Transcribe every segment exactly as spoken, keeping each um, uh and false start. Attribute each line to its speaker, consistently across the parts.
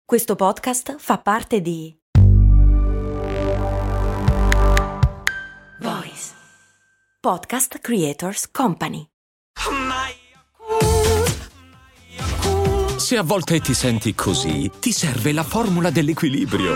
Speaker 1: Questo podcast fa parte di Voice Podcast Creators Company.
Speaker 2: Se a volte ti senti così, ti serve la formula dell'equilibrio.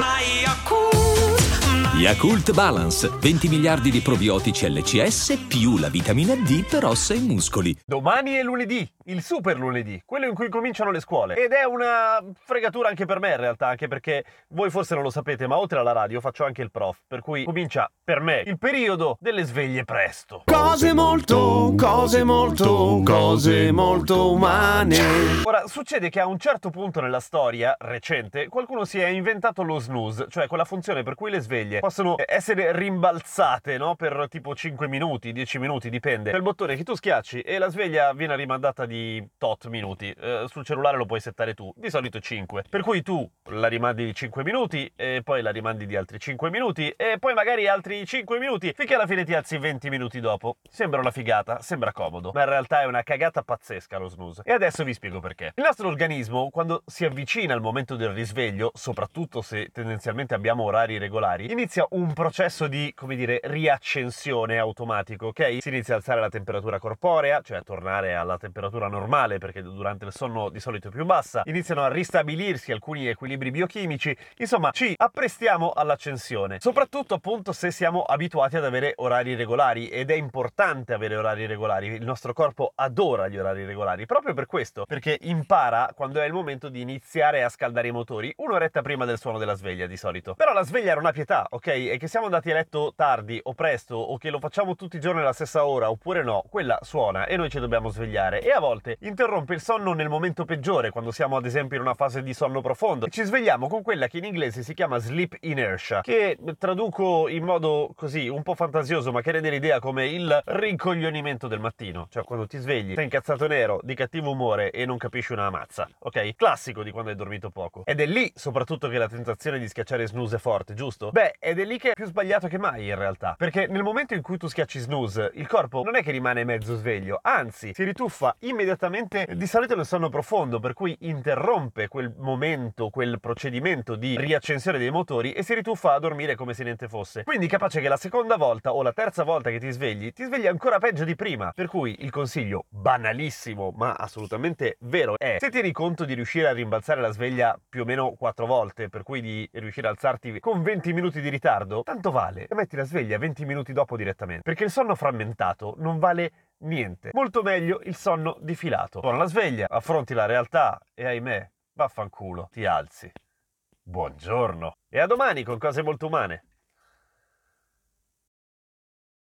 Speaker 2: Yakult Balance, venti miliardi di probiotici L C S più la vitamina D per ossa e muscoli.
Speaker 3: Domani è lunedì, il super lunedì, quello in cui cominciano le scuole. Ed è una fregatura anche per me in realtà, anche perché voi forse non lo sapete, ma oltre alla radio faccio anche il prof, per cui comincia per me il periodo delle sveglie presto.
Speaker 4: Cose molto, cose molto, cose molto umane.
Speaker 3: Ora, succede che a un certo punto nella storia recente qualcuno si è inventato lo snooze, cioè quella funzione per cui le sveglie possono essere rimbalzate, no? Per tipo cinque minuti, dieci minuti, dipende. C'è il bottone che tu schiacci e la sveglia viene rimandata di tot minuti. Eh, sul cellulare lo puoi settare tu, di solito cinque. Per cui tu la rimandi di cinque minuti e poi la rimandi di altri cinque minuti e poi magari altri cinque minuti finché alla fine ti alzi venti minuti dopo. Sembra una figata, sembra comodo, ma in realtà è una cagata pazzesca lo snooze. E adesso vi spiego perché. Il nostro organismo, quando si avvicina al momento del risveglio, soprattutto se tendenzialmente abbiamo orari regolari, inizia un processo di, come dire, riaccensione automatico, ok? Si inizia a alzare la temperatura corporea, cioè a tornare alla temperatura normale, perché durante il sonno di solito è più bassa, iniziano a ristabilirsi alcuni equilibri biochimici, insomma ci apprestiamo all'accensione, soprattutto appunto se siamo abituati ad avere orari regolari, ed è importante avere orari regolari, il nostro corpo adora gli orari regolari, proprio per questo, perché impara quando è il momento di iniziare a scaldare i motori, un'oretta prima del suono della sveglia di solito. Però la sveglia non ha pietà, ok? E che siamo andati a letto tardi o presto, o che lo facciamo tutti i giorni alla stessa ora oppure no, quella suona e noi ci dobbiamo svegliare, e a volte interrompe il sonno nel momento peggiore, quando siamo ad esempio in una fase di sonno profondo, e ci svegliamo con quella che in inglese si chiama sleep inertia, che traduco in modo così un po' fantasioso ma che rende l'idea come il rincoglionimento del mattino, cioè quando ti svegli sei incazzato nero, di cattivo umore e non capisci una mazza, ok? Classico di quando hai dormito poco. Ed è lì soprattutto che la tentazione di schiacciare snooze è forte, giusto? Beh, ed è lì che è più sbagliato che mai in realtà, perché nel momento in cui tu schiacci snooze il corpo non è che rimane mezzo sveglio, anzi si rituffa immediatamente, di solito nel sonno profondo, per cui interrompe quel momento, quel procedimento di riaccensione dei motori e si rituffa a dormire come se niente fosse. Quindi capace che la seconda volta o la terza volta che ti svegli ti svegli ancora peggio di prima, per cui il consiglio banalissimo ma assolutamente vero è: se tieni conto di riuscire a rimbalzare la sveglia più o meno quattro volte, per cui di riuscire a alzarti con venti minuti di ritardo, tanto vale e metti la sveglia venti minuti dopo direttamente, perché il sonno frammentato non vale niente. Molto meglio il sonno di filato. Suona la sveglia, affronti la realtà e ahimè, vaffanculo, ti alzi. Buongiorno e a domani con cose molto umane.